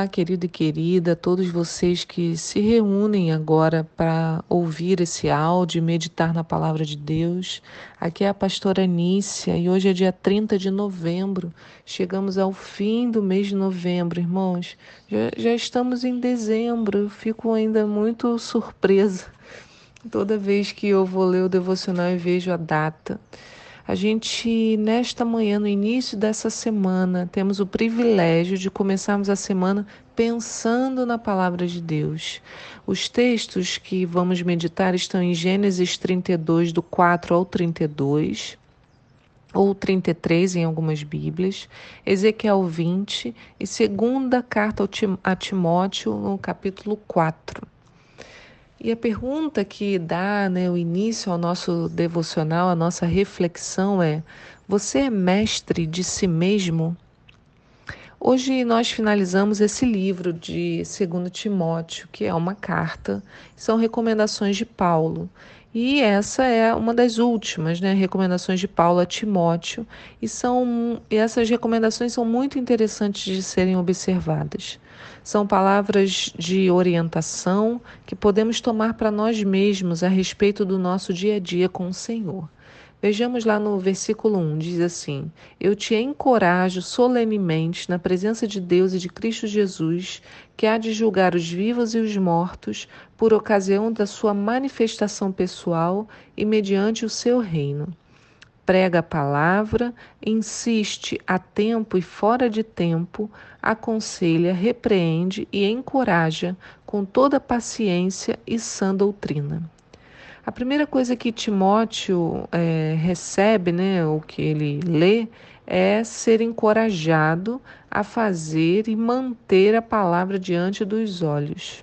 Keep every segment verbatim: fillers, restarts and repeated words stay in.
querido e querida, todos vocês que se reúnem agora para ouvir esse áudio e meditar na palavra de Deus. Aqui é a pastora Nícia e hoje é dia trinta de novembro. Chegamos ao fim do mês de novembro, irmãos. Já, já estamos em dezembro, eu fico ainda muito surpresa toda vez que eu vou ler o devocional e vejo a data. A gente, nesta manhã, no início dessa semana, temos o privilégio de começarmos a semana pensando na palavra de Deus. Os textos que vamos meditar estão em Gênesis trinta e dois, do quatro ao trinta e dois, ou trinta e três em algumas Bíblias, Ezequiel vinte e segunda carta a Timóteo, no capítulo quatro. E a pergunta que dá, né, o início ao nosso devocional, a nossa reflexão é: você é mestre de si mesmo? Hoje nós finalizamos esse livro de segundo Timóteo, que é uma carta, são recomendações de Paulo. E essa é uma das últimas, né, recomendações de Paulo a Timóteo, e, são, e essas recomendações são muito interessantes de serem observadas. São palavras de orientação que podemos tomar para nós mesmos a respeito do nosso dia a dia com o Senhor. Vejamos lá no versículo um, diz assim: Eu te encorajo solenemente na presença de Deus e de Cristo Jesus, que há de julgar os vivos e os mortos por ocasião da sua manifestação pessoal e mediante o seu reino. Prega a palavra, insiste a tempo e fora de tempo, aconselha, repreende e encoraja com toda paciência e sã doutrina. A primeira coisa que Timóteo é, recebe, né, o que ele lê, é ser encorajado a fazer e manter a palavra diante dos olhos,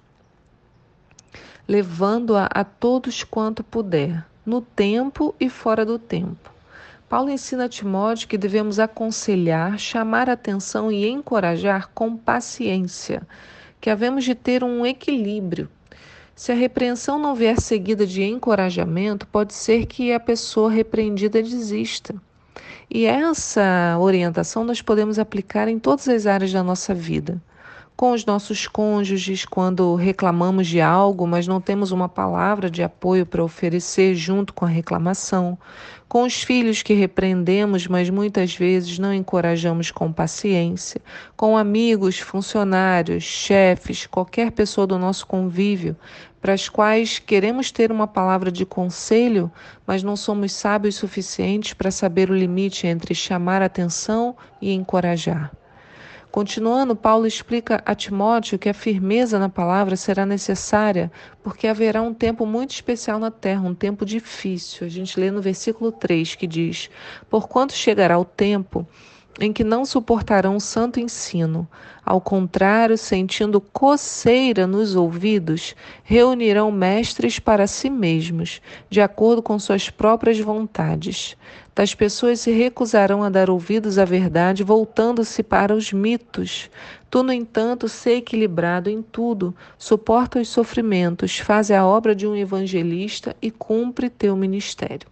levando-a a todos quanto puder, no tempo e fora do tempo. Paulo ensina a Timóteo que devemos aconselhar, chamar a atenção e encorajar com paciência, que havemos de ter um equilíbrio. Se a repreensão não vier seguida de encorajamento, pode ser que a pessoa repreendida desista. E essa orientação nós podemos aplicar em todas as áreas da nossa vida. Com os nossos cônjuges, quando reclamamos de algo, mas não temos uma palavra de apoio para oferecer junto com a reclamação. Com os filhos que repreendemos, mas muitas vezes não encorajamos com paciência. Com amigos, funcionários, chefes, qualquer pessoa do nosso convívio, para as quais queremos ter uma palavra de conselho, mas não somos sábios suficientes para saber o limite entre chamar atenção e encorajar. Continuando, Paulo explica a Timóteo que a firmeza na palavra será necessária porque haverá um tempo muito especial na terra, um tempo difícil. A gente lê no versículo três que diz: Porquanto chegará o tempo em que não suportarão o santo ensino. Ao contrário, sentindo coceira nos ouvidos, reunirão mestres para si mesmos, de acordo com suas próprias vontades. Tais pessoas se recusarão a dar ouvidos à verdade, voltando-se para os mitos. Tu, no entanto, sê equilibrado em tudo, suporta os sofrimentos, faz a obra de um evangelista e cumpre teu ministério.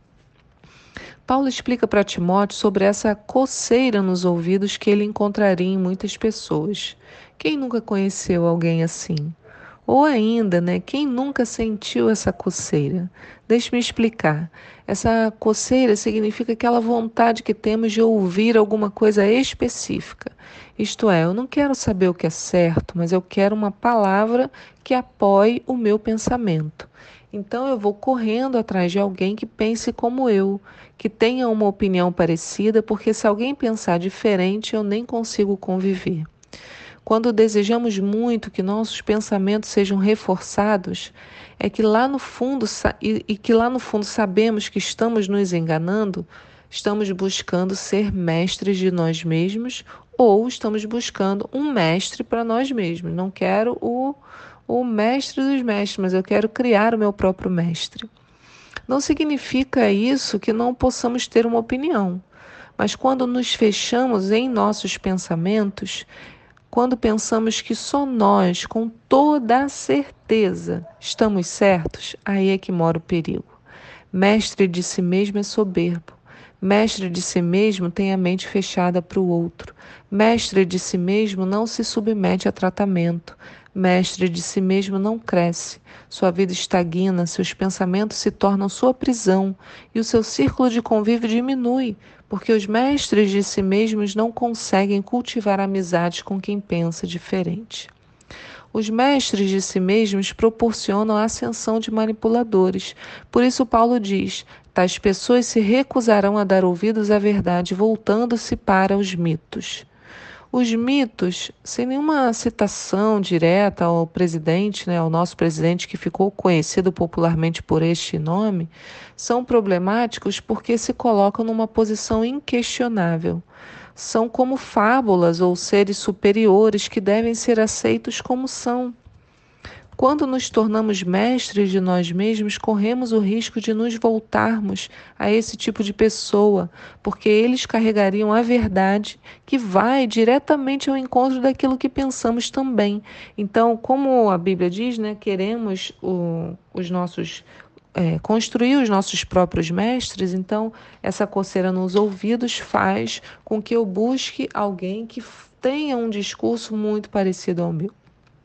Paulo explica para Timóteo sobre essa coceira nos ouvidos que ele encontraria em muitas pessoas. Quem nunca conheceu alguém assim? Ou ainda, né, quem nunca sentiu essa coceira? Deixe-me explicar. Essa coceira significa aquela vontade que temos de ouvir alguma coisa específica. Isto é, eu não quero saber o que é certo, mas eu quero uma palavra que apoie o meu pensamento. Então eu vou correndo atrás de alguém que pense como eu, que tenha uma opinião parecida, porque se alguém pensar diferente, eu nem consigo conviver. Quando desejamos muito que nossos pensamentos sejam reforçados, é que lá no fundo e, e que lá no fundo sabemos que estamos nos enganando, estamos buscando ser mestres de nós mesmos ou estamos buscando um mestre para nós mesmos. Não quero o o mestre dos mestres, mas eu quero criar o meu próprio mestre. Não significa isso que não possamos ter uma opinião, mas quando nos fechamos em nossos pensamentos, quando pensamos que só nós, com toda a certeza, estamos certos, aí é que mora o perigo. Mestre de si mesmo é soberbo. Mestre de si mesmo tem a mente fechada para o outro. Mestre de si mesmo não se submete a tratamento. Mestre de si mesmo não cresce. Sua vida estagna, seus pensamentos se tornam sua prisão e o seu círculo de convívio diminui, porque os mestres de si mesmos não conseguem cultivar amizades com quem pensa diferente. Os mestres de si mesmos proporcionam a ascensão de manipuladores. Por isso Paulo diz: tais pessoas se recusarão a dar ouvidos à verdade, voltando-se para os mitos. Os mitos, sem nenhuma citação direta ao presidente, né, ao nosso presidente que ficou conhecido popularmente por este nome, são problemáticos porque se colocam numa posição inquestionável. São como fábulas ou seres superiores que devem ser aceitos como são. Quando nos tornamos mestres de nós mesmos, corremos o risco de nos voltarmos a esse tipo de pessoa, porque eles carregariam a verdade que vai diretamente ao encontro daquilo que pensamos também. Então, como a Bíblia diz, né, queremos o, os nossos É, construir os nossos próprios mestres, então essa coceira nos ouvidos faz com que eu busque alguém que tenha um discurso muito parecido ao meu.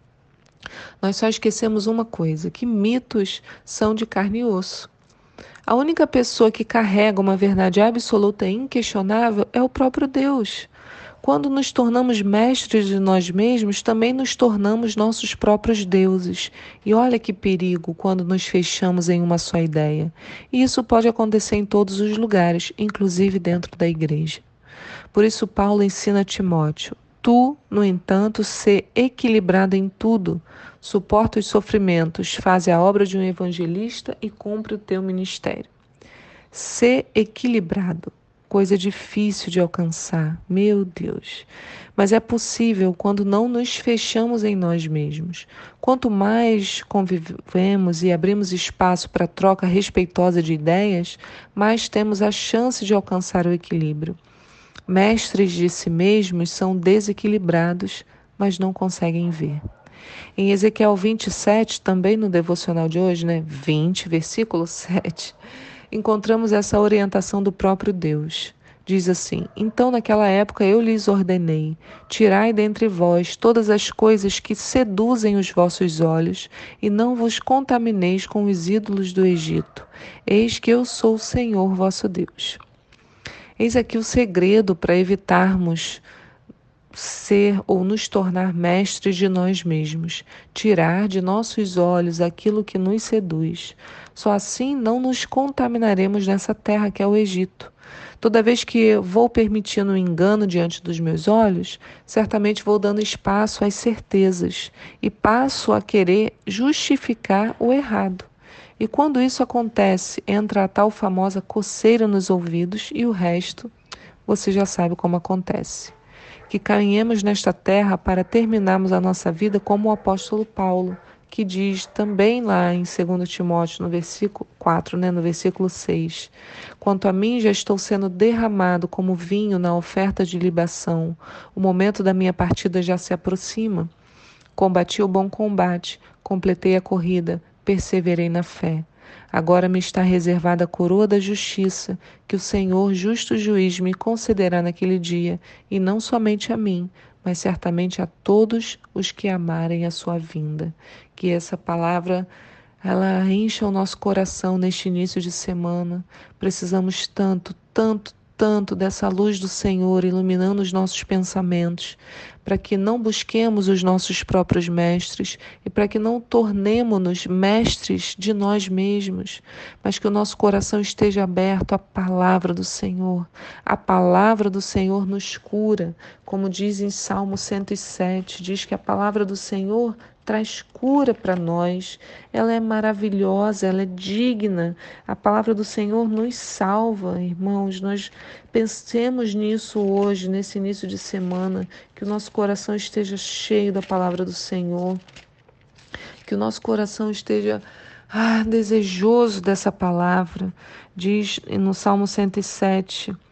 Nós só esquecemos uma coisa, que mitos são de carne e osso. A única pessoa que carrega uma verdade absoluta e inquestionável é o próprio Deus. Quando nos tornamos mestres de nós mesmos, também nos tornamos nossos próprios deuses. E olha que perigo quando nos fechamos em uma só ideia. E isso pode acontecer em todos os lugares, inclusive dentro da igreja. Por isso Paulo ensina a Timóteo: tu, no entanto, sê equilibrado em tudo, suporta os sofrimentos, faze a obra de um evangelista e cumpre o teu ministério. Ser equilibrado, coisa difícil de alcançar, meu Deus. Mas é possível quando não nos fechamos em nós mesmos. Quanto mais convivemos e abrimos espaço para troca respeitosa de ideias, mais temos a chance de alcançar o equilíbrio. Mestres de si mesmos são desequilibrados, mas não conseguem ver. Em Ezequiel vinte e sete, também no devocional de hoje, né, vinte, versículo sete, encontramos essa orientação do próprio Deus. Diz assim: então naquela época eu lhes ordenei, tirai dentre vós todas as coisas que seduzem os vossos olhos, e não vos contamineis com os ídolos do Egito. Eis que eu sou o Senhor vosso Deus. Eis aqui o segredo para evitarmos ser ou nos tornar mestres de nós mesmos, tirar de nossos olhos aquilo que nos seduz. Só assim não nos contaminaremos nessa terra que é o Egito. Toda vez que eu vou permitindo um engano diante dos meus olhos, certamente vou dando espaço às certezas e passo a querer justificar o errado. E quando isso acontece, entra a tal famosa coceira nos ouvidos e o resto, você já sabe como acontece. Que caminhemos nesta terra para terminarmos a nossa vida como o apóstolo Paulo, que diz também lá em dois Timóteo, no versículo quatro, né, no versículo seis, quanto a mim já estou sendo derramado como vinho na oferta de libação, o momento da minha partida já se aproxima. Combati o bom combate, completei a corrida, perseverei na fé. Agora me está reservada a coroa da justiça, que o Senhor, justo juiz, me concederá naquele dia, e não somente a mim, mas certamente a todos os que amarem a sua vinda. Que essa palavra, ela encha o nosso coração neste início de semana. Precisamos tanto, tanto, tanto dessa luz do Senhor iluminando os nossos pensamentos, para que não busquemos os nossos próprios mestres e para que não tornemo-nos mestres de nós mesmos, mas que o nosso coração esteja aberto à palavra do Senhor. A palavra do Senhor nos cura, como diz em Salmo cento e sete, diz que a palavra do Senhor traz cura para nós, ela é maravilhosa, ela é digna, a palavra do Senhor nos salva, irmãos. Nós pensemos nisso hoje, nesse início de semana, que o nosso coração esteja cheio da palavra do Senhor, que o nosso coração esteja ah, desejoso dessa palavra. Diz no Salmo cento e sete,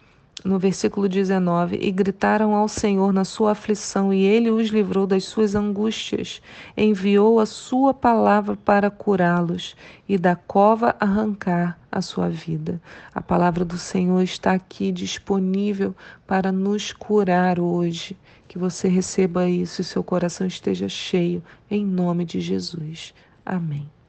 no versículo dezenove, e gritaram ao Senhor na sua aflição, e ele os livrou das suas angústias. Enviou a sua palavra para curá-los e da cova arrancar a sua vida. A palavra do Senhor está aqui disponível para nos curar hoje. Que você receba isso e seu coração esteja cheio, em nome de Jesus. Amém.